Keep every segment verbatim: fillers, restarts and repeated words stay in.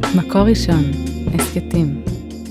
מקור ראשון, הסקטים.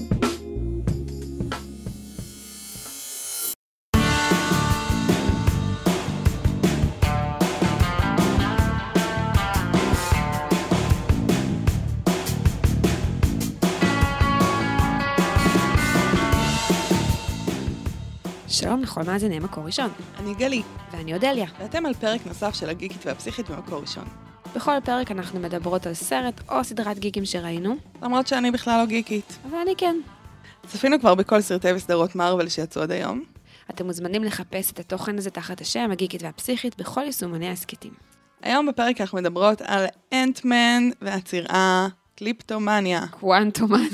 שלום לכל מאזיני מקור ראשון. אני גלי. ואני אודליה. ואתם על פרק נוסף של הגיקית והפסיכית במקור ראשון. בכל פרק אנחנו מדברות על סרט או סדרת גיקים שראינו. למרות שאני בכלל לא גיקית. ואני כן. צפינו כבר בכל סרטי וסדרות מארוול שיצאו עד היום. אתם מוזמנים לחפש את התוכן הזה תחת השם הגיקית והפסיכית בכל יישומני הסקטים. היום בפרק אנחנו מדברות על אנטמן והצירה קליפטומניה. קוואנטומניה.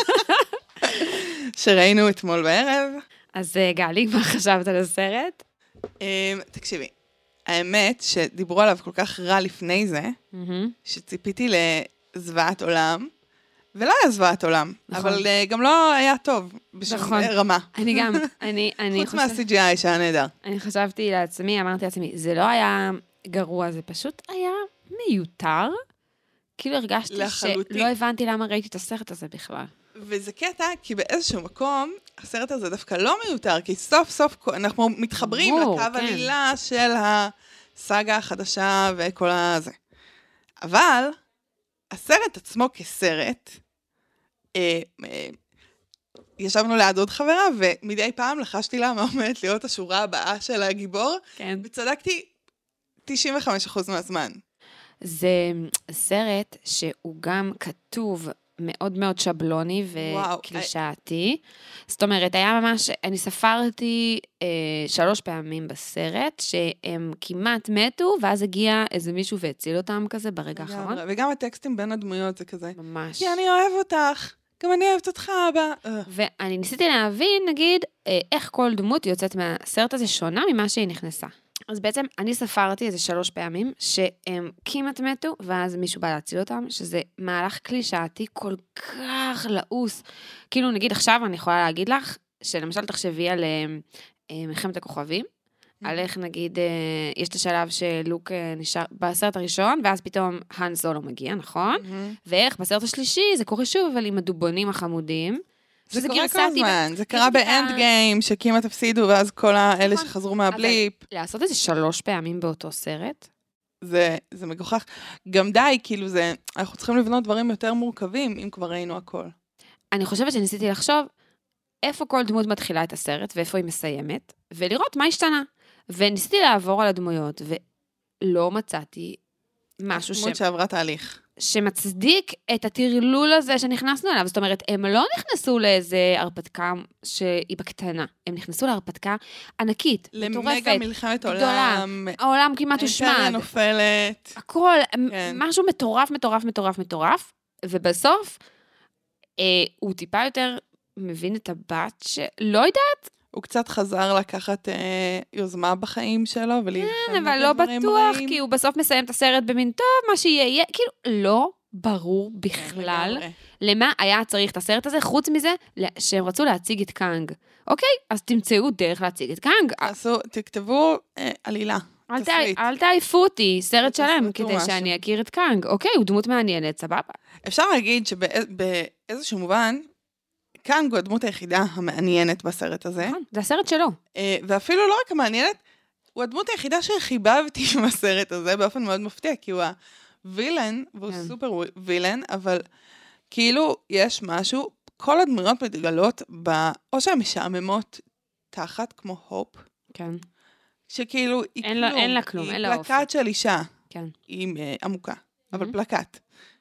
שראינו אתמול בערב. אז גלי, מה חשבת על הסרט? תקשיבי, האמת שדיברו עליו כל כך רע לפני זה, שציפיתי לזוועת עולם, ולא היה זוועת עולם, אבל גם לא היה טוב בשום רמה. אני גם, אני... חוץ מה-סי ג'י איי שהיה נהדר. אני חשבתי לעצמי, אמרתי לעצמי, זה לא היה גרוע, זה פשוט היה מיותר. כאילו הרגשתי שלא הבנתי למה ראיתי את הסרט הזה בכלל. וזה קטע, כי באיזשהו מקום, הסרט הזה דווקא לא מיותר, כי סוף סוף אנחנו מתחברים לקו עלילה של הסאגה החדשה וכל הזה. אבל, הסרט עצמו כסרט, אה, אה, ישבנו ליד עוד חברה, ומדי פעם לחשתי לה מה עומדת להיות השורה הבאה של הגיבור, כן. וצדקתי תשעים וחמישה אחוז מהזמן. זה סרט שהוא גם כתוב מאוד מאוד שבלוני וקלישאתי. זאת אומרת, היה ממש, אני ספרתי אה, שלוש פעמים בסרט, שהם כמעט מתו, ואז הגיע איזה מישהו והציל אותם כזה ברגע האחרון. וגם הטקסטים בין הדמויות זה כזה. ממש. כי אני אוהב אותך, גם אני אוהבת אותך, אבא. ואני ניסיתי להבין, נגיד, אה, איך כל דמות יוצאת מהסרט הזה שונה ממה שהיא נכנסה. אז בעצם אני ספרתי איזה שלוש פעמים שהם כמעט מתו, ואז מישהו בא להציל אותם, שזה מהלך קלישאתי כל כך לעוס. כאילו נגיד עכשיו אני יכולה להגיד לך, שלמשל תחשבי על מלחמת הכוכבים, על איך נגיד, יש את השלב שלוק נשאר בסרט הראשון, ואז פתאום האן סולו מגיע, נכון? ואיך בסרט השלישי זה קורה שוב, אבל עם הדובונים החמודים, זה קורה כל הזמן, זה קרה באנד גיים, שכמעט הפסידו, ואז כל האלה שחזרו מהבליפ. לעשות את זה שלוש פעמים באותו סרט? זה מגוחך. גם די, כאילו זה, אנחנו צריכים לבנות דברים יותר מורכבים, אם כבר ראינו הכל. אני חושבת שניסיתי לחשוב, איפה כל דמות מתחילה את הסרט, ואיפה היא מסיימת, ולראות מה השתנה. וניסיתי לעבור על הדמויות, ולא מצאתי משהו ש... דמות שעברה תהליך. שמצדיק את הטרלול הזה שנכנסנו אליו. זאת אומרת, הם לא נכנסו לאיזה הרפתקה שהיא בקטנה. הם נכנסו להרפתקה ענקית, מטורפת, למגה מלחמת גדולה. עולם. העולם כמעט הושמד. האימפריה נופלת. הכל, כן. משהו מטורף, מטורף, מטורף, מטורף. ובסוף, אה, הוא טיפה יותר מבין את הבת שלא יודעת. הוא קצת חזר לקחת אה, יוזמה בחיים שלו, ולהילחם כן, אבל לא בטוח, כי הוא בסוף מסיים את הסרט במין טוב, מה שיהיה, כאילו, לא ברור בכלל למה היה צריך את הסרט הזה, חוץ מזה שהם רצו להציג את קאנג. אוקיי, אז תמצאו דרך להציג את קאנג. תעשו, תכתבו אה, עלילה. אל, ת, אל תעיפו אותי, סרט שלם, כדי משהו. שאני אכיר את קאנג. אוקיי, הוא דמות מעניינת, סבבה. אפשר להגיד שבאיזשהו מובן, קאנג הוא הדמות היחידה המעניינת בסרט הזה. זה הסרט שלו. ואפילו לא רק המעניינת, הוא הדמות היחידה שחיבבתי בסרט הזה, באופן מאוד מפתיע, כי הוא הווילן, והוא סופר וילן, אבל כאילו יש משהו, כל הדמויות מתגלות, או שהן משעממות תחת, כמו הופ. כן. שכאילו, היא כלום. אין לה כלום, אין לה אופי. היא פלקט של אישה. כן. היא עמוקה, אבל פלקט.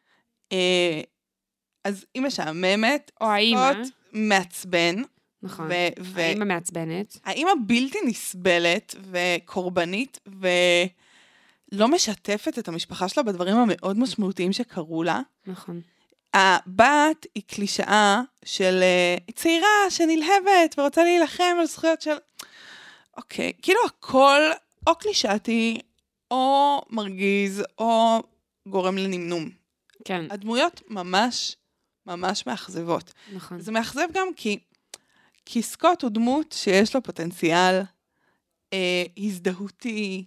אז היא משעממת, או האמא, מעצבן. נכון, ו- האמא מעצבנת. האמא בלתי נסבלת וקורבנית, ולא משתפת את המשפחה שלה בדברים המאוד משמעותיים שקרו לה. נכון. הבת היא קלישאה של צעירה שנלהבת ורוצה להילחם על זכויות של... אוקיי, כאילו הכל או קלישאתי, או מרגיז, או גורם לנמנום. כן. הדמויות ממש... ממש מאכזבות. נכון. זה מאכזב גם כי, כי סקוט הוא דמות שיש לו פוטנציאל אה, הזדהותי,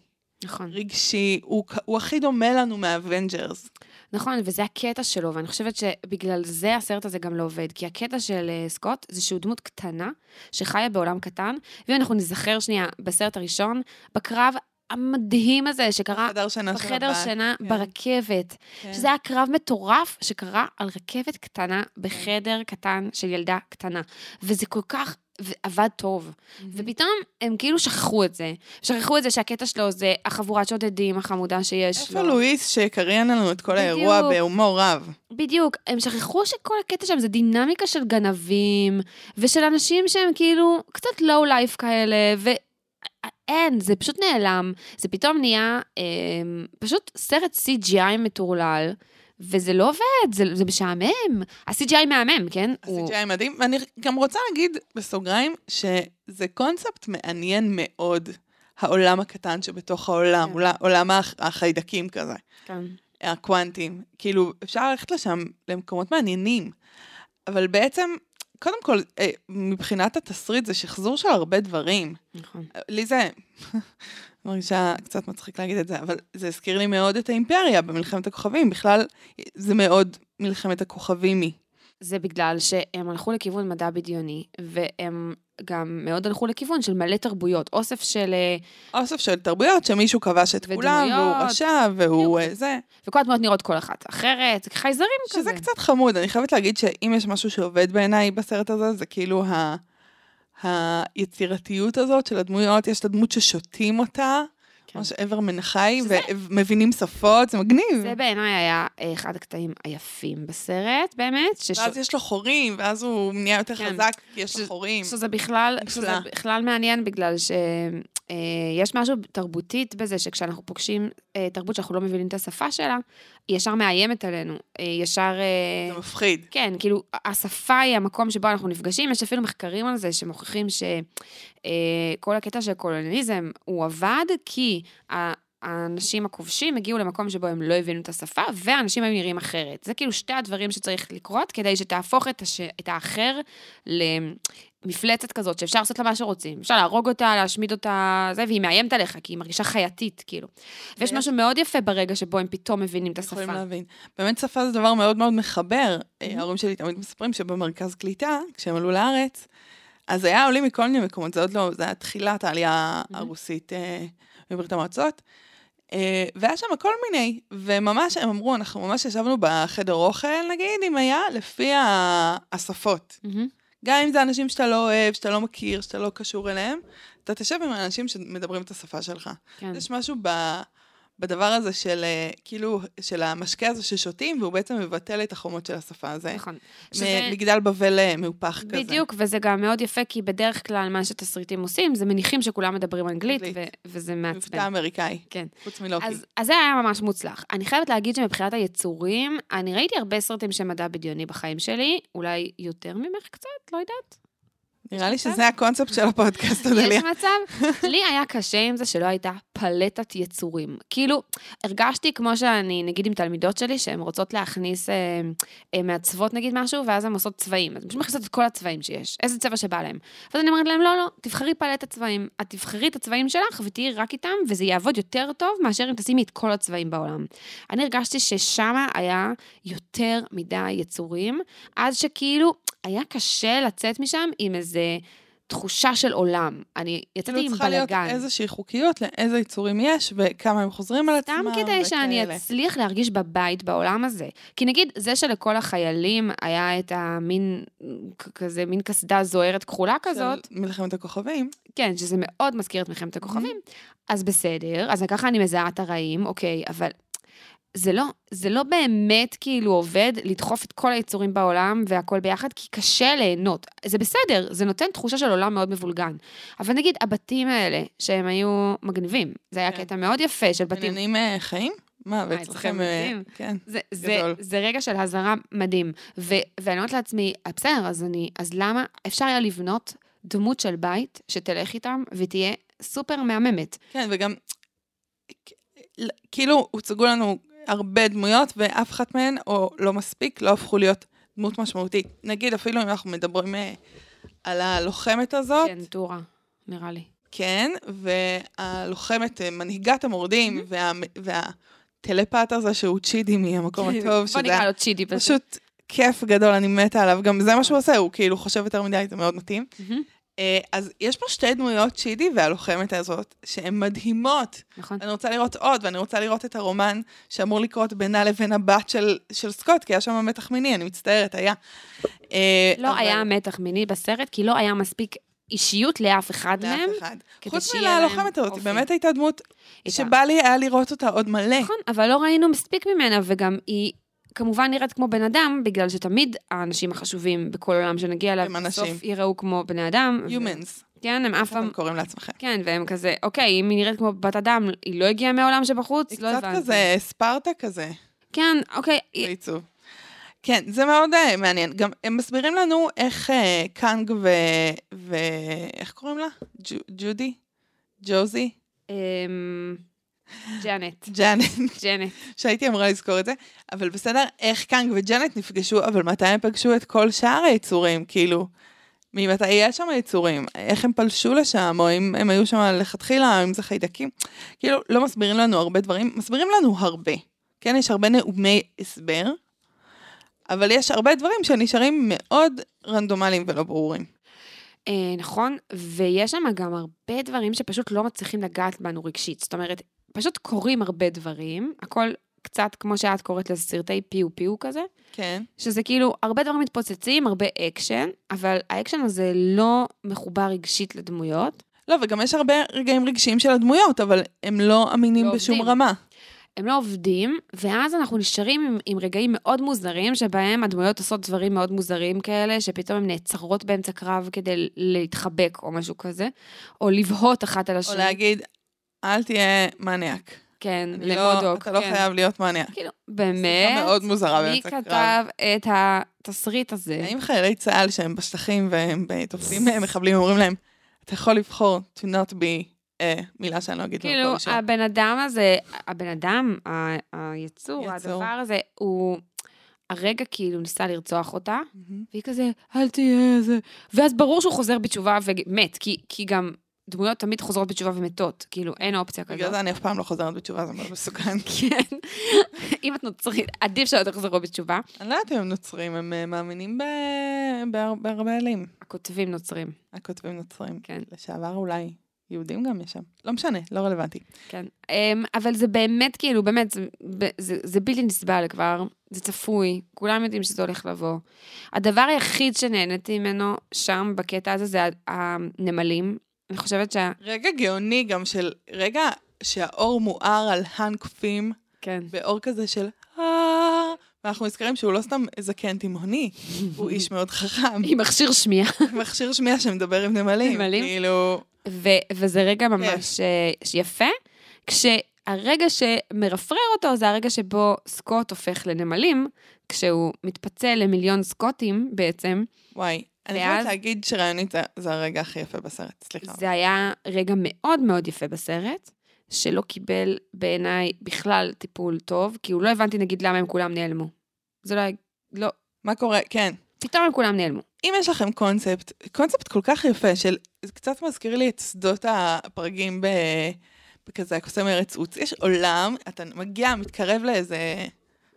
נכון. רגשי, הוא, הוא הכי דומה לנו מהאבנג'רס. נכון, וזה הקטע שלו, ואני חושבת שבגלל זה הסרט הזה גם לא עובד, כי הקטע של סקוט זה שהוא דמות קטנה, שחיה בעולם קטן, ואנחנו נזכר שנייה בסרט הראשון, בקרב המדהים הזה שקרה בחדר שינה, בחדר שינה כן. ברכבת, כן. שזה היה קרב מטורף שקרה על רכבת קטנה בחדר קטן של ילדה קטנה, וזה כל כך עבד טוב, mm-hmm. ופתאום הם כאילו שכחו את זה, שכחו את זה שהקטע שלו זה החבורת שודדים החמודה שיש איפה לו. איפה לואיס שקריין לנו את כל בדיוק. האירוע בהומור רב? בדיוק, הם שכחו שכל הקטע שם זה דינמיקה של גנבים, ושל אנשים שהם כאילו קצת low life כאלה, ו... אין, זה פשוט נעלם, זה פתאום נהיה אה, פשוט סרט סי ג'י איי מטורלל, וזה לא עובד, זה, זה משעמם. ה-סי ג'י איי מהמם, כן? ה-סי ג'י איי הוא... מדהים, ואני גם רוצה להגיד בסוגריים, שזה קונספט מעניין מאוד, העולם הקטן שבתוך העולם, כן. עולם החיידקים כזה. כן. הקוונטים. כאילו, אפשר ללכת לשם למקומות מעניינים, אבל בעצם... קודם כל, מבחינת התסריט, זה שחזור של הרבה דברים. נכון. לי זה, מרגישה קצת מצחיק להגיד את זה, אבל זה הזכיר לי מאוד את האימפריה במלחמת הכוכבים. בכלל, זה מאוד מלחמת הכוכבימי. זה בגלל שהם הלכו לכיוון מדע בדיוני, והם גם מאוד הלכו לכיוון של מלא תרבויות, אוסף של... אוסף של תרבויות, שמישהו כבש את כולם, והוא רשע, והוא זה. וכל הדמות נראות כל אחת אחרת, חייזרים כזה. שזה קצת חמוד, אני חייבת להגיד שאם יש משהו שעובד בעיניי בסרט הזה, זה כאילו ה... היצירתיות הזאת של הדמויות, יש את הדמות ששותים אותה, ממש עבר מנחי, ומבינים שפות, זה מגניב. זה בעיניי היה אחד הקטעים היפים בסרט, באמת. ואז יש לו חורים, ואז הוא נהיה יותר חזק, כי יש לו חורים. שזה בכלל מעניין, בגלל שיש משהו תרבותית בזה, שכשאנחנו פוגשים תרבות שאנחנו לא מבינים את השפה שלה, היא ישר מאיימת עלינו, ישר... זה מפחיד. כן, כאילו, השפה היא המקום שבו אנחנו נפגשים, יש אפילו מחקרים על זה שמוכיחים שכל הקטע של קולוניזם הוא עבד, כי האנשים הכובשים הגיעו למקום שבו הם לא הבינו את השפה, והאנשים היו נראים אחרת. זה כאילו שתי הדברים שצריך לקרות, כדי שתהפוך את, הש... את האחר למפלצת כזאת, שאפשר לעשות לה מה שרוצים. אפשר להרוג אותה, להשמיד אותה, זה, והיא מאיימת עליך, כי היא מרגישה חייתית, כאילו. ויש משהו מאוד יפה ברגע שבו הם פתאום מבינים את השפה. יכולים להבין. באמת שפה זה דבר מאוד מאוד מחבר. ההורים שלי תמיד מספרים שבמרכז קליטה, כשהם עלו לארץ, אז היה עולים מכל מיני מקומות, זה עוד לא, זה היה תחילת העלייה הרוסית מברית המועצות, והיה שם כל מיני, וממש הם אמרו, אנחנו ממש ישבנו בחדר אוכל, נגיד, אם היה, לפי השפות. גם אם זה אנשים שאתה לא אוהב, שאתה לא מכיר, שאתה לא קשור אליהם, אתה תשב עם האנשים שמדברים את השפה שלך. יש משהו בדבר הזה של, כאילו, של המשקה הזה ששותים, והוא בעצם מבטל את החומות של השפה הזה. נכון. מגדל בבל מהופך כזה. בדיוק, וזה גם מאוד יפה, כי בדרך כלל מה שתסריטים עושים, זה מניחים שכולם מדברים אנגלית, וזה מעצבן. מבטא אמריקאי. כן. חוץ מלוקי. אז זה היה ממש מוצלח. אני חייבת להגיד שמבחינת היצורים, אני ראיתי הרבה סרטים של מדע בדיוני בחיים שלי, אולי יותר ממך קצת, לא יודעת. נראה לי שזה הקונספט של הפודקאסט, אודליה. יש מצב? לי היה קשה עם זה שלא הייתה פלטת יצורים. כאילו, הרגשתי כמו שאני, נגיד עם תלמידות שלי, שהן רוצות להכניס אה, אה, מעצבות נגיד משהו, ואז הן עושות צבעים. אז הן פשוט מכניסות את כל הצבעים שיש. איזה צבע שבא להם. ואז אני אומרת להם, לא, לא, תבחרי פלטת צבעים. את תבחרי את הצבעים שלך, ותהיי רק איתם, וזה יעבוד יותר טוב, מאשר אם תשימי את כל הצבעים בעולם. אני הרגשתי ששמה היה יותר מדי יצורים, אז שכאילו, היה קשה לצאת משם עם איזה תחושה של עולם. אני יצאתי עם בלגן. צריכה להיות איזושהי חוקיות לאיזה יצורים יש, וכמה הם חוזרים על עצמם. סתם כדי שאני אצליח להרגיש בבית בעולם הזה. כי נגיד, זה שלכל החיילים היה את המין, כזה, מין כסדה זוהרת כחולה כזאת. של מלחמת הכוכבים. כן, שזה מאוד מזכיר את מלחמת הכוכבים. אז בסדר, אז ככה אני מזהה את הרעים, אוקיי, אבל... זה לא, זה לא באמת כאילו עובד לדחוף את כל היצורים בעולם והכל ביחד, כי קשה ליהנות. זה בסדר, זה נותן תחושה של עולם מאוד מבולגן. אבל נגיד, הבתים האלה, שהם היו מגניבים, זה היה קטע מאוד יפה של בתים. עניינים חיים? מה, ואצלכם, כן, גדול. זה רגע של הזרה מדהים. ואני אומרת לעצמי, בסדר, אז למה אפשר היה לבנות דמות של בית שתלך איתם ותהיה סופר מהממת. כן, וגם, כאילו, הוצגו לנו הרבה דמויות, ואף אחת מהן, או לא מספיק, לא הפכו להיות דמות משמעותית. נגיד, אפילו אם אנחנו מדברים על הלוחמת הזאת. כן, טורה, נראה לי. כן, והלוחמת, מנהיגת המורדים, וה... וה... טלפת הזה שהוא צ'ידי מהמקום הטוב, בוא נקרא לו צ'ידי פשוט. פשוט כיף גדול, אני מתה עליו, גם זה מה שהוא עושה, הוא כאילו חושב יותר מדי, זה מאוד מתאים. אז יש פה שתי דמויות צ'ידי והלוחמת הזאת, שהן מדהימות. נכון. אני רוצה לראות עוד, ואני רוצה לראות את הרומן שאמור לקרות בינה לבין הבת של סקוט, כי היה שם מתח מיני, אני מצטערת, היה. לא היה מתח מיני בסרט, כי לא היה מספיק אישיות לאף אחד מהם. לאף אחד. חוץ מלהלוחמת הזאת, באמת הייתה דמות שבא לי היה לראות אותה עוד מלא. נכון, אבל לא ראינו מספיק ממנה, וגם היא כמובן נראית כמו בן אדם, בגלל שתמיד האנשים החשובים בכל עולם שנגיע אליו, בסוף יראו כמו בני אדם. Humans. כן, הם אף פעם... אתם קוראים לעצמכם. כן, והם כזה, אוקיי, אם היא נראית כמו בת אדם, היא לא הגיעה מהעולם שבחוץ? היא קצת כזה, ספרטה כזה. כן, אוקיי. בעיצוב. כן, זה מאוד uh, מעניין. גם הם מסבירים לנו איך uh, קאנג ו... ו... איך קוראים לה? ג'ו, ג'ודי? ג'וזי? ג'אנט. ג'אנט. ג'אנט. שהייתי אמורה לזכור את זה. אבל בסדר, איך קאנג וג'אנט נפגשו, אבל מתי הם פגשו את כל שאר היצורים? כאילו, ממתי יש שם היצורים? איך הם פלשו לשם? או אם הם היו שם לכתחילה, או אם זה חיידקים? כאילו, לא מסבירים לנו הרבה דברים. מסבירים לנו הרבה. כן, יש הרבה נאומי הסבר. אבל יש הרבה דברים שנשארים מאוד רנדומליים ולא ברורים. נכון, ויש שם גם הרבה דברים שפשוט לא מצליחים לגעת בנו רגשית. זאת אומרת, פשוט קורים הרבה דברים, הכל קצת כמו שאת קוראת לזה סרטי פיו פיו כזה. כן. שזה כאילו, הרבה דברים מתפוצצים, הרבה אקשן, אבל האקשן הזה לא מחובר רגשית לדמויות. לא, וגם יש הרבה רגעים רגשיים של הדמויות, אבל הם לא אמינים לא בשום עובדים. רמה. הם לא עובדים, ואז אנחנו נשארים עם, עם רגעים מאוד מוזרים, שבהם הדמויות עושות דברים מאוד מוזרים כאלה, שפתאום הן נעצרות באמצע קרב כדי להתחבק או משהו כזה, או לבהות אחת על השני. או להגיד, אל תהיה מניאק. כן, למודוק. לא, אתה לא כן. חייב להיות מניאק. כאילו, באמת, מאוד מוזרה מי כתב את התסריט הזה? האם חיילי צה"ל שהם בשטחים והם תופסים מחבלים, אומרים להם, אתה יכול לבחור to not be... מילה שאני לא אגיד. כאילו, הבן אדם הזה, הבן אדם, היצור, הדבר הזה, הוא הרגע כאילו ניסה לרצוח אותה, והיא כזה, אל תהיה איזה, ואז ברור שהוא חוזר בתשובה ומת, כי גם דמויות תמיד חוזרות בתשובה ומתות, כאילו אין אופציה כזאת. בגלל זה אני אף פעם לא חוזרת בתשובה, זה מאוד מסוכן. כן, אם את נוצרית, עדיף שלא תחזרו בתשובה. אני לא יודעת אם הם נוצרים, הם מאמינים בהרבה אלים. הכותבים נוצרים. הכותבים נוצרים, כן. לשעבר אולי. יהודים גם יש שם. לא משנה, לא רלוונטי. כן. אבל זה באמת, כאילו, באמת, זה, זה, זה בלתי נסבל כבר, זה צפוי, כולם יודעים שזה הולך לבוא. הדבר היחיד שנהנתי ממנו שם בקטע הזה, זה הנמלים. אני חושבת שה... רגע גאוני גם של, רגע שהאור מואר על הנקפים, כן. באור כזה של, ואנחנו נזכרים שהוא לא סתם זקן תימהוני, הוא איש מאוד חכם. עם מכשיר שמיעה. עם מכשיר שמיעה שמדבר עם נמלים. נמלים. כאילו... ו- וזה רגע ממש יפה, כשהרגע שמרפרר אותו, זה הרגע שבו סקוט הופך לנמלים, כשהוא מתפצל למיליון סקוטים בעצם. וואי, אני יכולת להגיד שרעיונית זה, זה הרגע הכי יפה בסרט, סליחה. זה היה רגע מאוד מאוד יפה בסרט, שלא קיבל בעיניי בכלל טיפול טוב, כי הוא לא הבנתי נגיד למה הם כולם נעלמו. זה לא... לא. מה קורה? כן. פתאום הם כולם נעלמו. אם יש לכם קונספט, קונספט כל כך יפה של, זה קצת מזכיר לי את שדות הפרגים ב, בכזה הקוסם ארץ עוץ. יש עולם, אתה מגיע, מתקרב לאיזה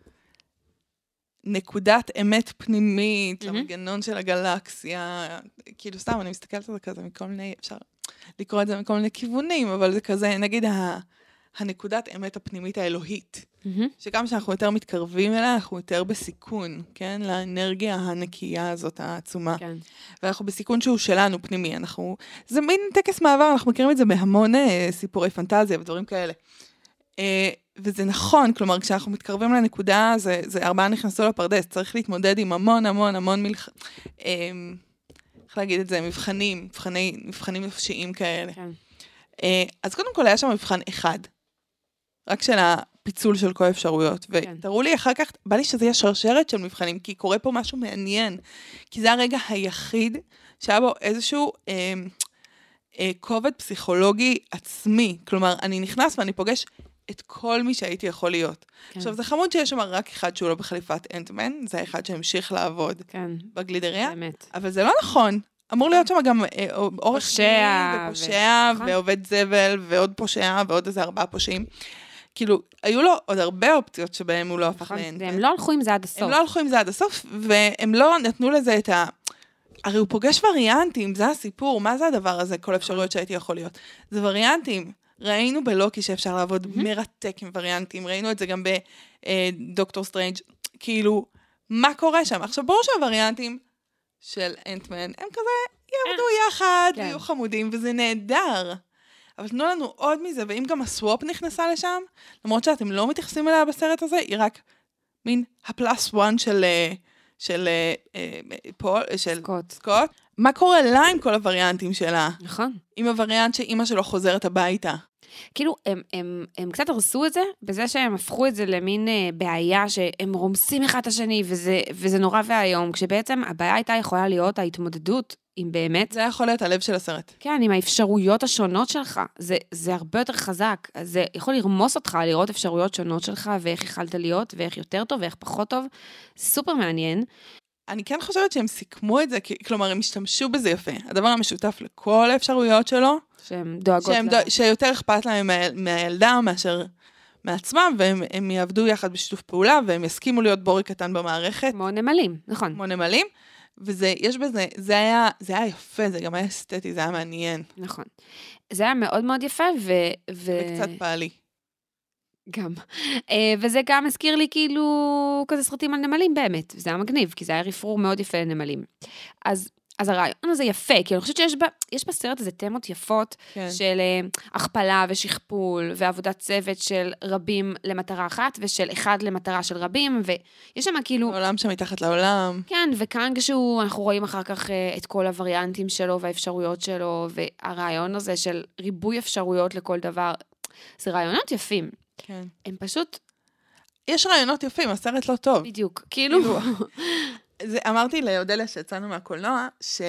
נקודת אמת פנימית, mm-hmm. למנגנון של הגלקסיה, כאילו סתם, אני מסתכלת על זה כזה מכל מיני, אפשר לקרוא את זה מכל מיני כיוונים, אבל זה כזה, נגיד, ה, הנקודת אמת הפנימית האלוהית. Mm-hmm. שגם שאנחנו יותר מתקרבים אליה, אנחנו יותר בסיכון, כן? לאנרגיה הנקייה הזאת, העצומה. כן. ואנחנו בסיכון שהוא שלנו, פנימי. אנחנו, זה מין טקס מעבר, אנחנו מכירים את זה בהמון אה, סיפורי פנטזיה ודברים כאלה. אה, וזה נכון, כלומר, כשאנחנו מתקרבים לנקודה, זה, זה ארבעה נכנסו לפרדס, צריך להתמודד עם המון, המון, המון מלח... אה, איך להגיד את זה? מבחנים, מבחני, מבחנים נפשיים כאלה. כן. אה, אז קודם כל היה שם מבחן אחד. רק של הפיצול של כל האפשרויות, ותראו לי אחר כך, בא לי שזה יהיה שרשרת של מבחנים, כי קורה פה משהו מעניין, כי זה הרגע היחיד שהיה בו איזשהו אה, אה, כובד פסיכולוגי עצמי, כלומר, אני נכנס ואני פוגש את כל מי שהייתי יכול להיות. כן. עכשיו, זה חמוד שיש שם רק אחד שהוא לא בחליפת אנטמן, זה האחד שהמשיך לעבוד כן. בגלידריה, באמת. אבל זה לא נכון, אמור להיות שם גם אורך פושע, ופושע, ועובד זבל, ועוד פושע, ועוד איזה ארבעה פושעים. כאילו, היו לו עוד הרבה אופציות שבהם הוא לא הפך לאנטמן. והם לא הלכו עם זה עד הסוף. הם לא הלכו עם זה עד הסוף, והם לא נתנו לזה את ה... הרי הוא פוגש וריאנטים, זה הסיפור, מה זה הדבר הזה, כל אפשרויות שהייתי יכול להיות? זה וריאנטים. ראינו בלוקי שאפשר לעבוד מרתק עם וריאנטים, ראינו את זה גם בדוקטור סטרנג', כאילו, מה קורה שם? עכשיו, ברור שהווריאנטים של אנטמן, הם כזה יעבדו יחד, ויהיו חמודים, וזה נהדר. אבל תנו לנו עוד מזה, ואם גם הסוואפ נכנסה לשם, למרות שאתם לא מתייחסים אליה בסרט הזה, היא רק מין הפלאס וואן של... של פול, של סקוט. סקוט. מה קורה לה עם כל הווריאנטים שלה? נכון. עם הווריאנט שאימא שלו חוזרת הביתה. כאילו, הם, הם, הם קצת הרסו את זה, בזה שהם הפכו את זה למין אה, בעיה שהם רומסים אחד את השני, וזה, וזה נורא והיום, כשבעצם הבעיה הייתה יכולה להיות ההתמודדות עם באמת... זה יכול להיות הלב של הסרט. כן, עם האפשרויות השונות שלך. זה, זה הרבה יותר חזק. זה יכול לרמוס אותך, לראות אפשרויות שונות שלך, ואיך יכלת להיות, ואיך יותר טוב, ואיך פחות טוב. זה סופר מעניין. אני כן חושבת שהם סיכמו את זה, כלומר, הם השתמשו בזה יפה. הדבר המשותף לכל האפשרויות שלו, שהם דואגות שהם לה. דואג, שיותר אכפת להם מה, מהילדה מאשר מעצמם, והם הם יעבדו יחד בשיתוף פעולה, והם יסכימו להיות בורק קטן במערכת. כמו נמלים, נכון. כמו נמלים. וזה, יש בזה, זה היה, זה היה יפה, זה גם היה אסתטי, זה היה מעניין. נכון. זה היה מאוד מאוד יפה, ו... ו... וקצת פעלי. גם. וזה גם הזכיר לי כאילו כזה סרטים על נמלים באמת, וזה היה מגניב, כי זה היה רפרור מאוד יפה לנמלים. אז, אז הרעיון הזה יפה, כי אני חושבת שיש בה, יש בסרט הזה תמות יפות, כן. של הכפלה ושכפול, ועבודת צוות של רבים למטרה אחת, ושל אחד למטרה של רבים, ויש שם כאילו... העולם שם מתחת לעולם. כן, וכאן כשהוא, אנחנו רואים אחר כך את כל הווריאנטים שלו, והאפשרויות שלו, והרעיון הזה של ריבוי אפשרויות לכל דבר, זה רעיונות יפים. כן. הם פשוט... יש רעיונות יפים, הסרט לא טוב. בדיוק, כאילו... זה, אמרתי לאודליה שיצאנו מהקולנוע, ש,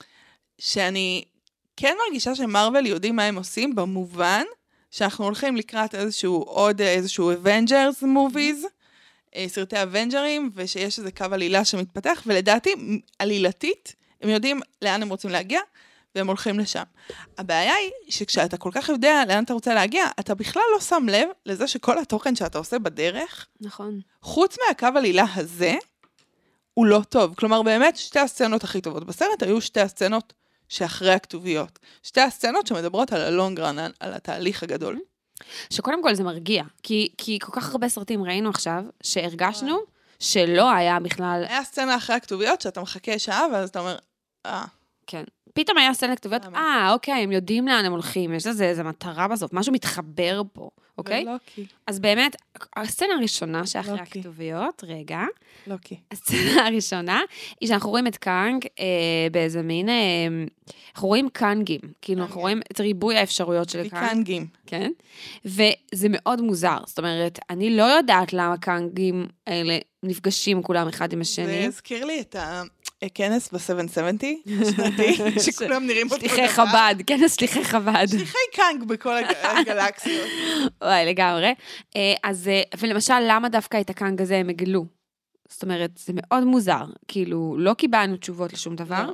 שאני כן מרגישה שמרוול יודעים מה הם עושים, במובן שאנחנו הולכים לקראת איזשהו, עוד איזשהו Avengers movies, סרטי אבנג'רים, ושיש איזה קו עלילה שמתפתח, ולדעתי, עלילתית, הם יודעים לאן הם רוצים להגיע, והם הולכים לשם. הבעיה היא שכשאתה כל כך יודע לאן אתה רוצה להגיע, אתה בכלל לא שם לב לזה שכל התוכן שאתה עושה בדרך, נכון. חוץ מהקו עלילה הזה, הוא לא טוב. כלומר, באמת, שתי הסצנות הכי טובות בסרט היו שתי הסצנות שאחרי הכתוביות. שתי הסצנות שמדברות על הלונגרן, על התהליך הגדול. שקודם כל זה מרגיע, כי, כי כל כך הרבה סרטים ראינו עכשיו, שהרגשנו שלא היה בכלל... היה סצנה אחרי הכתוביות, שאתה מחכה שעה, ואז אתה אומר, אה. כן. פתאום היה סצנה כתוביות, אה, אוקיי, הם יודעים לאן הם הולכים, יש לזה איזו מטרה בסוף, משהו מתחבר פה, אוקיי? ולוקי. אז באמת, הסצנה הראשונה שאחרי הכתוביות, רגע, לוקי. הסצנה הראשונה, היא שאנחנו רואים את קאנג אה, באיזה מין, אה, אנחנו רואים קאנגים, כאילו אנחנו רואים את ריבוי האפשרויות של קאנג. קאנגים. כן? וזה מאוד מוזר, זאת אומרת, אני לא יודעת למה קאנגים האלה נפגשים כולם אחד עם השני. זה הזכיר לי את ה... כנס ב-שבע שבעים, השנתי, שכולם נראים אותו דבר. שליחי חב"ד, כנס שליחי חב"ד. שליחי קאנג בכל הגלקסיות. וואי, לגמרי. אז, ולמשל, למה דווקא את הקאנג הזה הם הגלו? זאת אומרת, זה מאוד מוזר. כאילו, לא קיבלנו תשובות לשום דבר.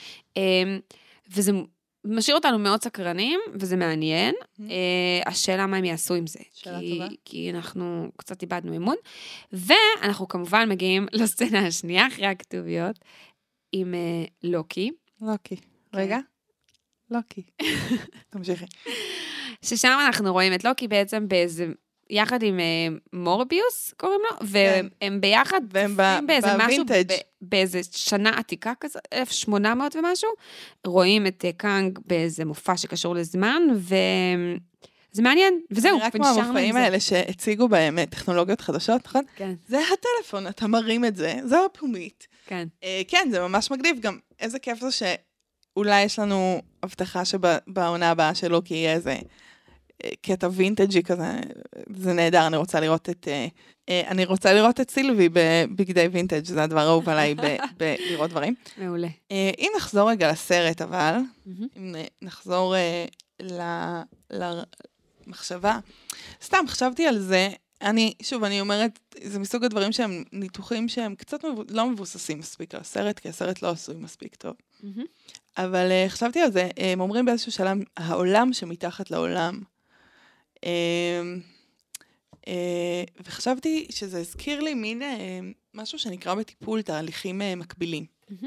וזה משאיר אותנו מאוד סקרנים, וזה מעניין. השאלה מה הם יעשו עם זה. כי אנחנו קצת איבדנו אמון. ואנחנו כמובן מגיעים לסצנה השנייה, אחרי הכתוביות, עם לוקי. לוקי. רגע. לוקי. תמשיכי. ששם אנחנו רואים את לוקי בעצם באיזה, יחד עם מורביוס, קוראים לו, והם ביחד, והם באיזה משהו, בווינטג'. באיזה שנה עתיקה כזה, אלף שמונה מאות ומשהו, רואים את קאנג באיזה מופע שקשור לזמן, וזה מעניין, וזהו. רק מהמופעים האלה שהציגו בהם טכנולוגיות חדשות, נכון? כן. זה הטלפון, אתה מרים את זה, זה הפומית. כן. כן, זה ממש מגניב, גם איזה כיף זה שאולי יש לנו הבטחה שבעונה הבאה שלו, כי יהיה איזה קטע וינטג'י כזה, זה נהדר, אני רוצה לראות את, אני רוצה לראות את סילבי בבגדי וינטג', זה הדבר האהוב עליי בלראות דברים. מעולה. אם נחזור רגע לסרט, אבל, אם נחזור למחשבה, סתם חשבתי על זה, אני, שוב, אני אומרת, זה מסוג הדברים שהם ניתוחים שהם קצת מבו, לא מבוססים מספיק על הסרט, כי הסרט לא עשוי מספיק טוב. Mm-hmm. אבל uh, חשבתי על זה, הם אומרים באיזשהו שלב, העולם שמתחת לעולם. Uh, uh, וחשבתי שזה הזכיר לי מין uh, משהו שנקרא בטיפול תהליכים uh, מקבילים. Mm-hmm.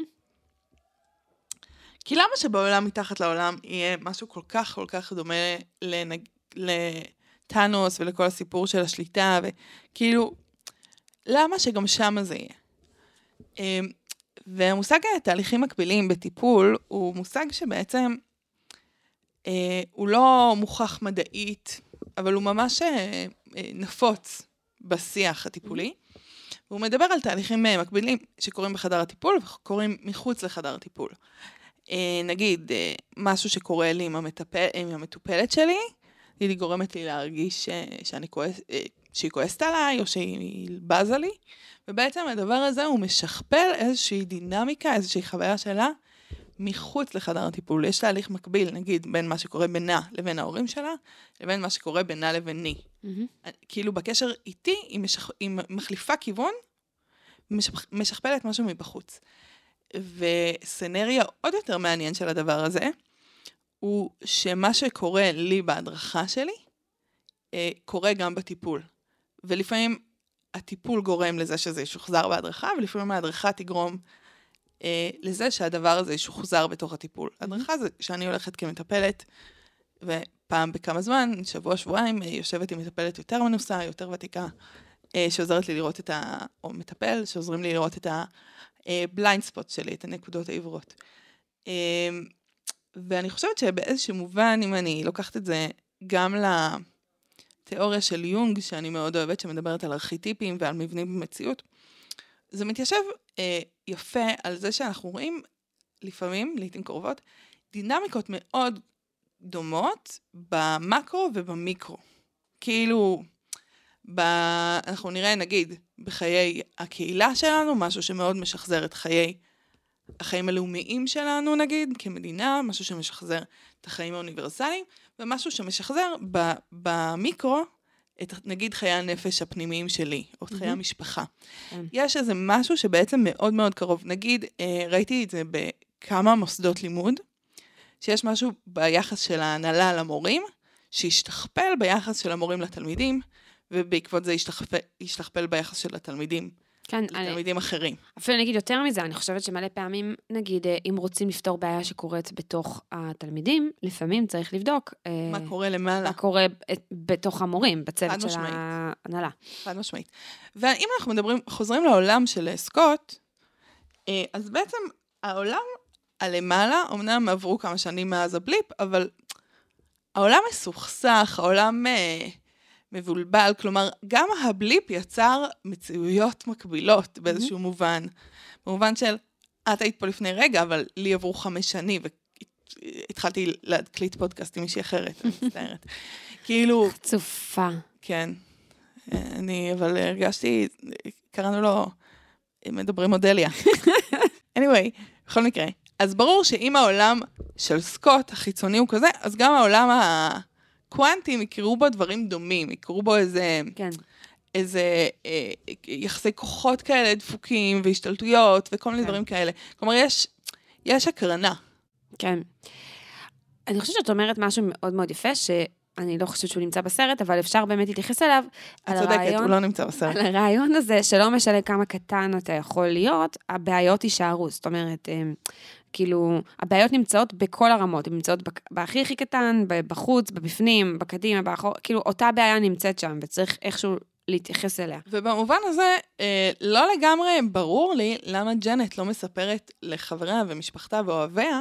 כי למה שבעולם מתחת לעולם יהיה משהו כל כך כל כך דומה לנג... לטאנוס ולכל הסיפור של השליטה, וכאילו, למה שגם שם זה יהיה? והמושג תהליכים מקבילים בטיפול, הוא מושג שבעצם הוא לא מוכח מדעית, אבל הוא ממש נפוץ בשיח הטיפולי, והוא מדבר על תהליכים מקבילים שקורים בחדר הטיפול וקורים מחוץ לחדר הטיפול. נגיד, משהו שקורה לי עם, המטפל, עם המטופלת שלי, היא גורמת לי להרגיש שאני כועס, שהיא כועסת עליי או שהיא בזה לי, ובעצם הדבר הזה הוא משכפל איזושהי דינמיקה, איזושהי חוויה שלה מחוץ לחדר הטיפול. יש תהליך מקביל, נגיד, בין מה שקורה בינה לבין ההורים שלה, לבין מה שקורה בינה לביני. Mm-hmm. כאילו בקשר איתי, היא, משכ... היא מחליפה כיוון, משכ... משכפלת משהו מבחוץ. וסנריה עוד יותר מעניין של הדבר הזה, הוא שמה שקורה לי בהדרכה שלי, קורה גם בטיפול. ולפעמים הטיפול גורם לזה שזה ישוחזר בהדרכה, ולפעמים ההדרכה תגרום לזה שהדבר הזה ישוחזר בתוך הטיפול. ההדרכה זה שאני הולכת כמטפלת, ופעם בכמה זמן, שבוע, שבועיים, יושבת עם מטפלת יותר מנוסה, יותר ותיקה, שעוזרת לי לראות את ה... או מטפל, שעוזרים לי לראות את ה... בליינד ספוט שלי, את הנקודות העברות. ואני חושבת שבאיזשהו מובן, אם אני לוקחת את זה גם לתיאוריה של יונג, שאני מאוד אוהבת, שמדברת על ארכיטיפים ועל מבנים במציאות, זה מתיישב יפה על זה שאנחנו רואים לפעמים, לעתים קרובות, דינמיקות מאוד דומות במקרו ובמיקרו. כאילו, ב... אנחנו נראה, נגיד, בחיי הקהילה שלנו, משהו שמאוד משחזר את חיי, החיים הלאומיים שלנו, נגיד, כמדינה, משהו שמשחזר את החיים האוניברסליים, ומשהו שמשחזר ב... במיקרו, את, נגיד, חיי הנפש הפנימיים שלי, או את חיי המשפחה. יש איזה משהו שבעצם מאוד מאוד קרוב. נגיד, ראיתי את זה בכמה מוסדות לימוד, שיש משהו ביחס של ההנהלה למורים, שהשתכפל ביחס של המורים לתלמידים, ובעקבות זה ישתכפל, ישתכפל ביחס של התלמידים, כן, לתלמידים אני, אחרים. אפילו נגיד יותר מזה, אני חושבת שמלא פעמים, נגיד, אם רוצים לפתור בעיה שקורית בתוך התלמידים, לפעמים צריך לבדוק. מה אה, קורה למעלה. מה קורה בתוך המורים, בצוות של ההנהלה. חד משמעית. ואם אנחנו מדברים, חוזרים לעולם של סקוט, אז בעצם העולם הלמעלה, אמנם עברו כמה שנים מאז הבליפ, אבל העולם מסוכסך, העולם מבולבל, כלומר, גם הבליפ יצר מציאויות מקבילות באיזשהו מובן. במובן של, את היית פה לפני רגע, אבל לי עברו חמש שנים, והתחלתי להקליט פודקאסט עם מישהי אחרת, אני מצטערת. כאילו... חצופה. כן. אני, אבל הרגשתי, קראנו לו, מדברים אודליה. anyway, בכל מקרה. אז ברור שאם העולם של סקוט, החיצוני הוא כזה, אז גם העולם הקוונטים יקראו בו דברים דומים, יקראו בו איזה, כן. איזה אה, יחסי כוחות כאלה דפוקים והשתלטויות וכל מיני כן. דברים כאלה. כלומר, יש, יש הקרנה. כן. אני חושבת שאת אומרת משהו מאוד מאוד יפה, שאני לא חושבת שהוא נמצא בסרט, אבל אפשר באמת להתייחס אליו. את צודקת, הרעיון, הוא לא נמצא בסרט. על הרעיון הזה, שלא משנה כמה קטן אתה יכול להיות, הבעיות יישארו. זאת אומרת, כאילו, הבעיות נמצאות בכל הרמות, הן נמצאות בהכי הכי קטן, בחוץ, בבפנים, בקדימה, באחור, כאילו, אותה בעיה נמצאת שם, וצריך איכשהו להתייחס אליה. ובמובן הזה, לא לגמרי ברור לי למה ג'נט לא מספרת לחבריה ומשפחתה ואוהביה,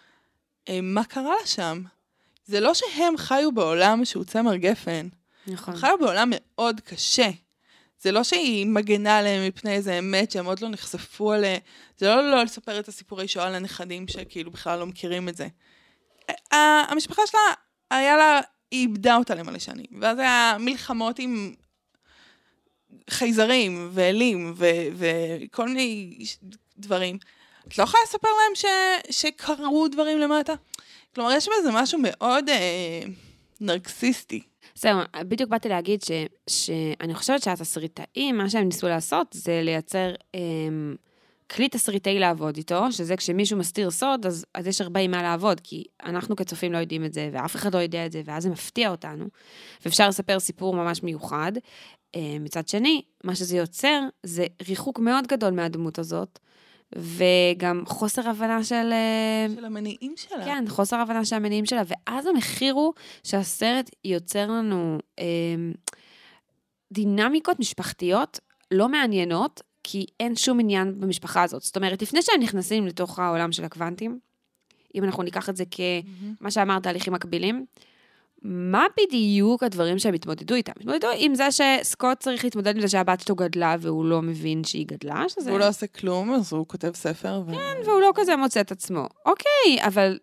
מה קרה לה שם. זה לא שהם חיו בעולם שהוא צמר גפן. נכון. הם חיו בעולם מאוד קשה. זה לא שהיא מגנה עליהם מפני איזה אמת שהם עוד לא נחשפו עליה. זה לא לא לספר את הסיפורי שואה לנכדים שכאילו בכלל לא מכירים את זה. המשפחה שלה, היה לה, היא איבדה אותה למלא שנים. ואז היה מלחמות עם חייזרים ואלים וכל מיני דברים. את לא יכולה לספר להם ש, שקרו דברים למטה? כלומר, יש בזה משהו מאוד אה, נרקסיסטי. זהו, בדיוק באתי להגיד ש, שאני חושבת שהתסריטאים, מה שהם ניסו לעשות, זה לייצר אה, כלי תסריטאי לעבוד איתו, שזה כשמישהו מסתיר סוד, אז, אז יש הרבה עם מה לעבוד, כי אנחנו כצופים לא יודעים את זה, ואף אחד לא יודע את זה, ואז זה מפתיע אותנו, ואפשר לספר סיפור ממש מיוחד. אה, מצד שני, מה שזה יוצר, זה ריחוק מאוד גדול מהדמות הזאת, וגם חוסר הבנה של... של המניעים שלה. כן, חוסר הבנה של המניעים שלה, ואז המחיר הוא שהסרט יוצר לנו אה, דינמיקות משפחתיות לא מעניינות, כי אין שום עניין במשפחה הזאת. זאת אומרת, לפני שהם נכנסים לתוך העולם של הקוונטים, אם אנחנו ניקח את זה כמה שאמרת, תהליכים מקבילים, מה בדיוק הדברים שהם התמודדו איתם? התמודדו עם זה שסקוט צריך להתמודד עם זה שהבת שלו גדלה, והוא לא מבין שהיא גדלה, שזה... הוא לא עושה כלום, אז הוא כותב ספר. ו... כן, והוא לא כזה מוצא את עצמו. אוקיי, אבל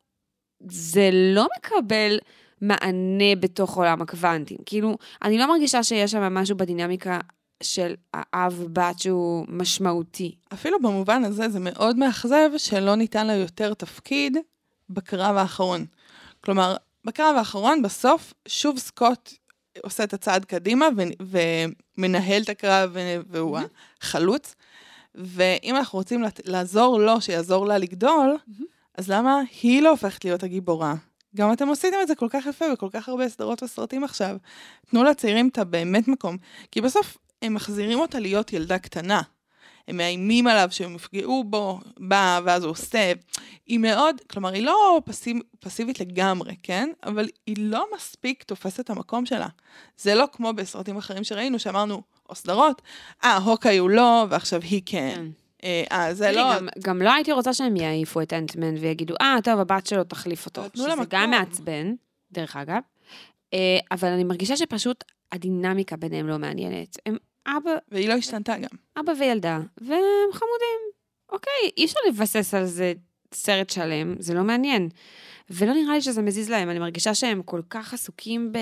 זה לא מקבל מענה בתוך עולם הקוונטים. כאילו, אני לא מרגישה שיש שם משהו בדינמיקה של האב-בת שהוא משמעותי. אפילו במובן הזה זה מאוד מאכזב שלא ניתן לה יותר תפקיד בקרב האחרון. כלומר, בקרב האחרון, בסוף, שוב סקוט עושה את הצעד קדימה, ו- ומנהל את הקרב, והוא mm-hmm. החלוץ. ואם אנחנו רוצים לעזור לו, שיעזור לה לגדול, mm-hmm. אז למה היא לא הופכת להיות הגיבורה? גם אתם עושים את זה כל כך יפה, וכל כך הרבה סדרות וסרטים עכשיו. תנו לצעירים את הבאמת מקום. כי בסוף הם מחזירים אותה להיות ילדה קטנה. הם מאיימים עליו שהם יפגעו בו, בא, ואז הוא עושה. היא מאוד, כלומר, היא לא פסיב, פסיבית לגמרי, כן? אבל היא לא מספיק תופסת את המקום שלה. זה לא כמו בסרטים אחרים שראינו, שאמרנו, או סדרות, אה, הוקאי הוא לא, ועכשיו היא כן. אה, זה לא... גם, גם לא הייתי רוצה שהם יעיפו את אנטמן ויגידו, אה, טוב, הבת שלו תחליף אותו. שזה גם מעצבן, דרך אגב. אבל אני מרגישה שפשוט הדינמיקה ביניהם לא מעניינת. הם אבא... והיא לא השתנתה גם. אבא וילדה, והם חמודים. אוקיי, אי אפשר לבסס על זה סרט שלם, זה לא מעניין. ולא נראה לי שזה מזיז להם, אני מרגישה שהם כל כך עסוקים ב...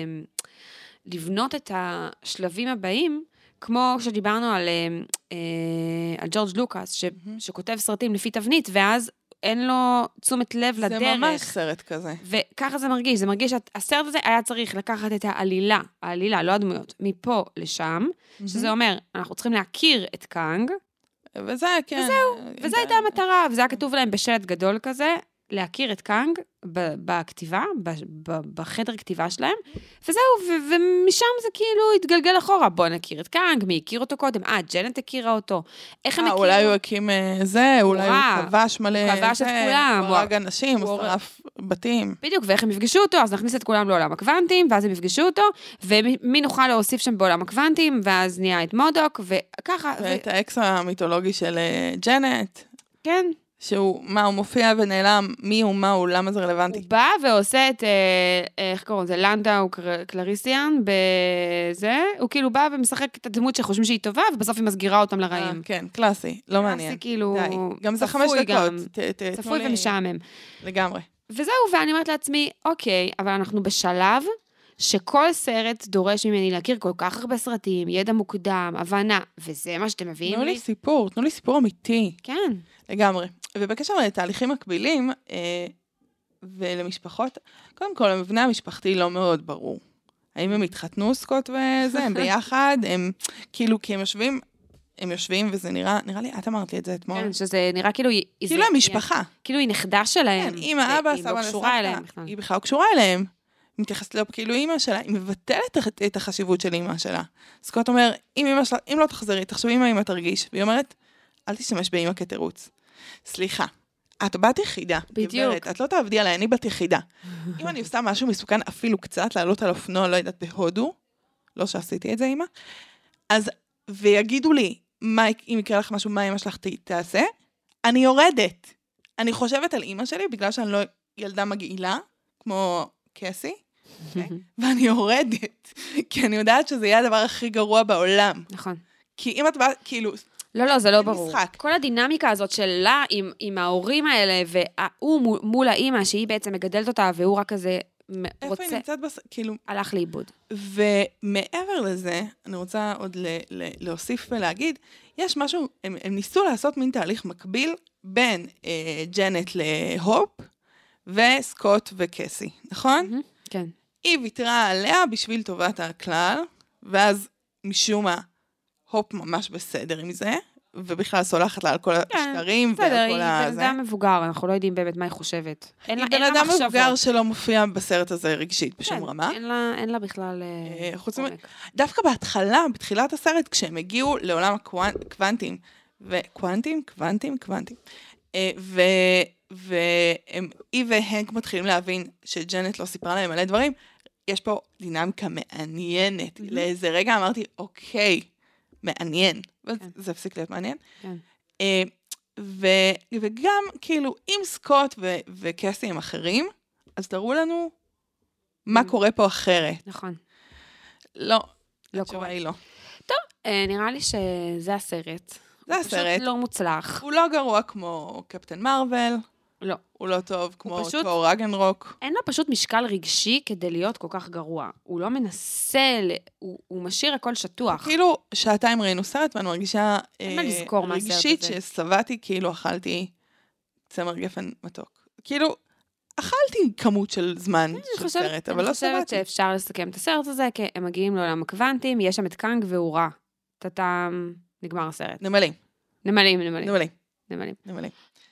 לבנות את השלבים הבאים, כמו שדיברנו על, אה, על ג'ורג' לוקאס, ש... mm-hmm. שכותב סרטים לפי תבנית, ואז אין לו תשומת לב זה לדרך. זה ממש סרט כזה. וככה זה מרגיש, זה מרגיש שהסרט הזה היה צריך לקחת את העלילה, העלילה, לא הדמויות, מפה לשם, mm-hmm. שזה אומר, אנחנו צריכים להכיר את קאנג, וזה, כן. וזהו, וזו הייתה המטרה, וזה היה כתוב להם בשלט גדול כזה, להכיר את קאנג בכתיבה, בחדר כתיבה שלהם, וזהו, ומשם זה כאילו התגלגל אחורה, בוא נכיר את קאנג, מי הכיר אותו קודם? אה, ג'נט הכירה אותו. איך הם הכירו? אולי הוא הקים זה, אולי הוא כבש מלא, הוא כבש את כולם. הוא הרג אנשים, הוא שרף בתים. בדיוק, ואיך הם יפגשו אותו, אז נכניס את כולם לעולם הקוונטים, ואז הם יפגשו אותו, ומי נוכל להוסיף שם בעולם הקוונטים, ואז נהיה את מודוק, וככה. ואת האקס המיתולוגי של ג'נט. כן. שהוא, מה, הוא מופיע ונעלם, מי הוא, מה הוא, למה זה רלוונטי? הוא בא ועושה את, איך קוראים לזה, לנדאו קלריסיאן, בזה, הוא כאילו בא ומשחק את הדמות שחושבים שהיא טובה, ובסוף היא מסגירה אותם לרעים. כן, קלאסי, לא מעניין. קלאסי, כאילו, גם זה חמש דקות. צפוי ומשעמם. לגמרי. וזהו, ואני אומרת לעצמי, אוקיי, אבל אנחנו בשלב שכל סרט דורש ממני להכיר כל כך הרבה סרטים, ידע מוקדם, הבנה, וזה מה שאתם מביאים לי. תנו לי סיפור, תנו לי סיפור אמיתי. כן. לגמרי. ובקשר לתהליכים מקבילים, אה, ולמשפחות, קודם כל, המבנה המשפחתי לא מאוד ברור. האם הם התחתנו סקוט וזה, הם ביחד, הם כאילו, כי הם יושבים, הם יושבים, וזה נראה, נראה לי, את אמרת לי את זה אתמול. כן, שזה נראה כאילו... כאילו המשפחה. כאילו היא נכדה שלהם. כן, אמא, אבא, סבא וסבתא. היא בכלל קשורה אליהם. היא מתייחסת לו כאילו אמא שלה, היא מבטלת את החשיבות של אמא שלה. סקוט אומר, אם אמא שלה, אם לא תחזרי, תחשבי מה אמא תרגיש. והיא אומרת, אל תשתמש באמא כתירוץ. סליחה, את בת יחידה. בדיוק. גברת, את לא תעבדי עליי, אני בת יחידה. אם אני עושה משהו מסוכן אפילו קצת, לעלות על אופנוע, לא יודעת, בהודו, לא שעשיתי את זה, אמא, אז, ויגידו לי, מה, אם יקרה לך משהו, מה אמא שלך תעשה, אני יורדת. אני חושבת על אמא שלי, בגלל שאני לא ילדה מגעילה, כמו קסי, ואני יורדת, כי אני יודעת שזה יהיה הדבר הכי גרוע בעולם. נכון. כי אם את באה, כאילו... לא, לא, זה לא ברור. כל הדינמיקה הזאת שלה עם, עם ההורים האלה, והוא מול האמא, שהיא בעצם מגדלת אותה, והוא רק כזה רוצה... איפה היא נמצאת בס... כאילו... הלך לאיבוד. ומעבר לזה, אני רוצה עוד ל- ל- להוסיף ולהגיד, יש משהו, הם, הם ניסו לעשות מין תהליך מקביל, בין אה, ג'נט להופ, וסקוט וקסי, נכון? כן. היא ויתרה עליה בשביל טובת הכלל, ואז משום מה, הופ ממש בסדר עם זה, ובכלל סולחת לה על כל השקרים ועל כל הזה. בסדר, היא בן אדם מבוגר, אנחנו לא יודעים באמת מה היא חושבת. היא בן אדם מבוגר שלא מופיע בסרט הזה רגשית בשום רמה. אין לה בכלל עומק. דוווקא בהתחלה, בתחילת הסרט, כשהם הגיעו לעולם הקוונטים, וקוונטים, קוונטים, קוונטים, והיא והנק מתחילים להבין שג'נט לא סיפרה להם מלא דברים, יש פה דינמיקה מעניינת. לאיזה רגע אמרתי, אוקיי, מעניין. וזה הפסיק להיות מעניין. וגם, כאילו, עם סקוט וקסי הם אחרים, אז תראו לנו מה קורה פה אחרת. נכון. לא, התשובה היא לא. טוב, נראה לי שזה הסרט. זה הסרט. הוא פשוט לא מוצלח. הוא לא גרוע כמו קפטן מרוול. לא. הוא לא טוב כמו תור רגנרוק. אין לו פשוט משקל רגשי כדי להיות כל כך גרוע. הוא לא מנסה, הוא, הוא משאיר הכל שטוח. כאילו, שעתיים ראינו סרט, ואני מרגישה אין מה לזכור מהסרט הזה. רגשית שסבעתי כאילו אכלתי צמר גפן מתוק. כאילו, אכלתי כמות של זמן של סרט, אבל לא סבעתי. אני חושבת שאפשר לסכם את הסרט הזה, כי הם מגיעים לעולם הקוונטים, יש שם את קאנג ואורה. תתם, נגמר הסרט. נמלים. נמלים, נמלים. נמלים. נמלים. נמלים.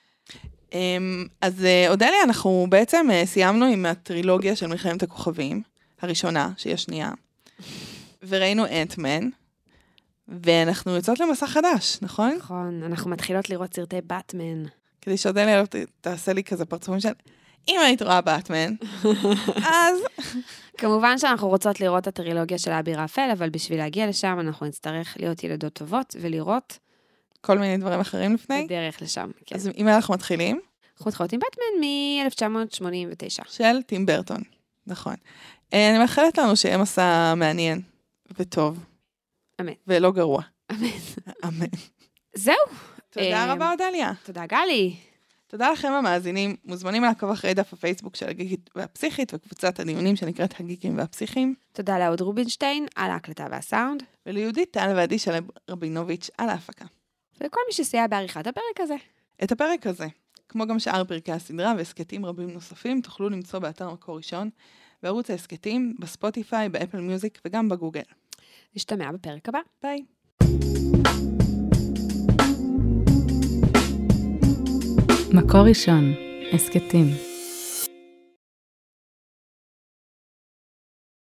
אז אודליה, אנחנו בעצם סיימנו עם הטרילוגיה של מלחמת הכוכבים, הראשונה, שהיא השנייה, וראינו אנטמן, ואנחנו יוצאות למסע חדש, נכון? נכון, אנחנו מתחילות לראות סרטי באטמן. כדי שאודליה תעשה לי כזה פרצופים של, אם היית רואה באטמן, אז... כמובן שאנחנו רוצות לראות את הטרילוגיה של אבי רפאל, אבל בשביל להגיע לשם אנחנו נצטרך להיות ילדות טובות ולראות כל מיני דברים אחרים לפני. בדרך לשם, כן. אז אם אנחנו מתחילים? אנחנו מתחילות עם באטמן מ-אלף תשע מאות שמונים ותשע. של טים ברטון, נכון. אני מאחלת לנו שיהיה מסע מעניין וטוב. אמן. ולא גרוע. אמן. אמן. זהו. תודה רבה, אודליה. תודה, גלי. תודה לכם המאזינים. מוזמנים לעקוב אחרי דף הפייסבוק של הגיקית והפסיכית, וקבוצת הדיונים שנקראת הגיקים והפסיכים. תודה לאוד רובינשטיין על ההקלטה והסאונד. וליהודית טל ועדי שלם רבינוביץ' על ההפקה. וכל מי שסייע בעריכת הפרק הזה. את הפרק הזה, כמו גם שאר פרקי הסדרה והסקטים רבים נוספים, תוכלו למצוא באתר מקור ראשון, בערוץ ההסקטים, בספוטיפיי, באפל מיוזיק וגם בגוגל. נשתמע בפרק הבא. ביי. מקור ראשון, הסקטים.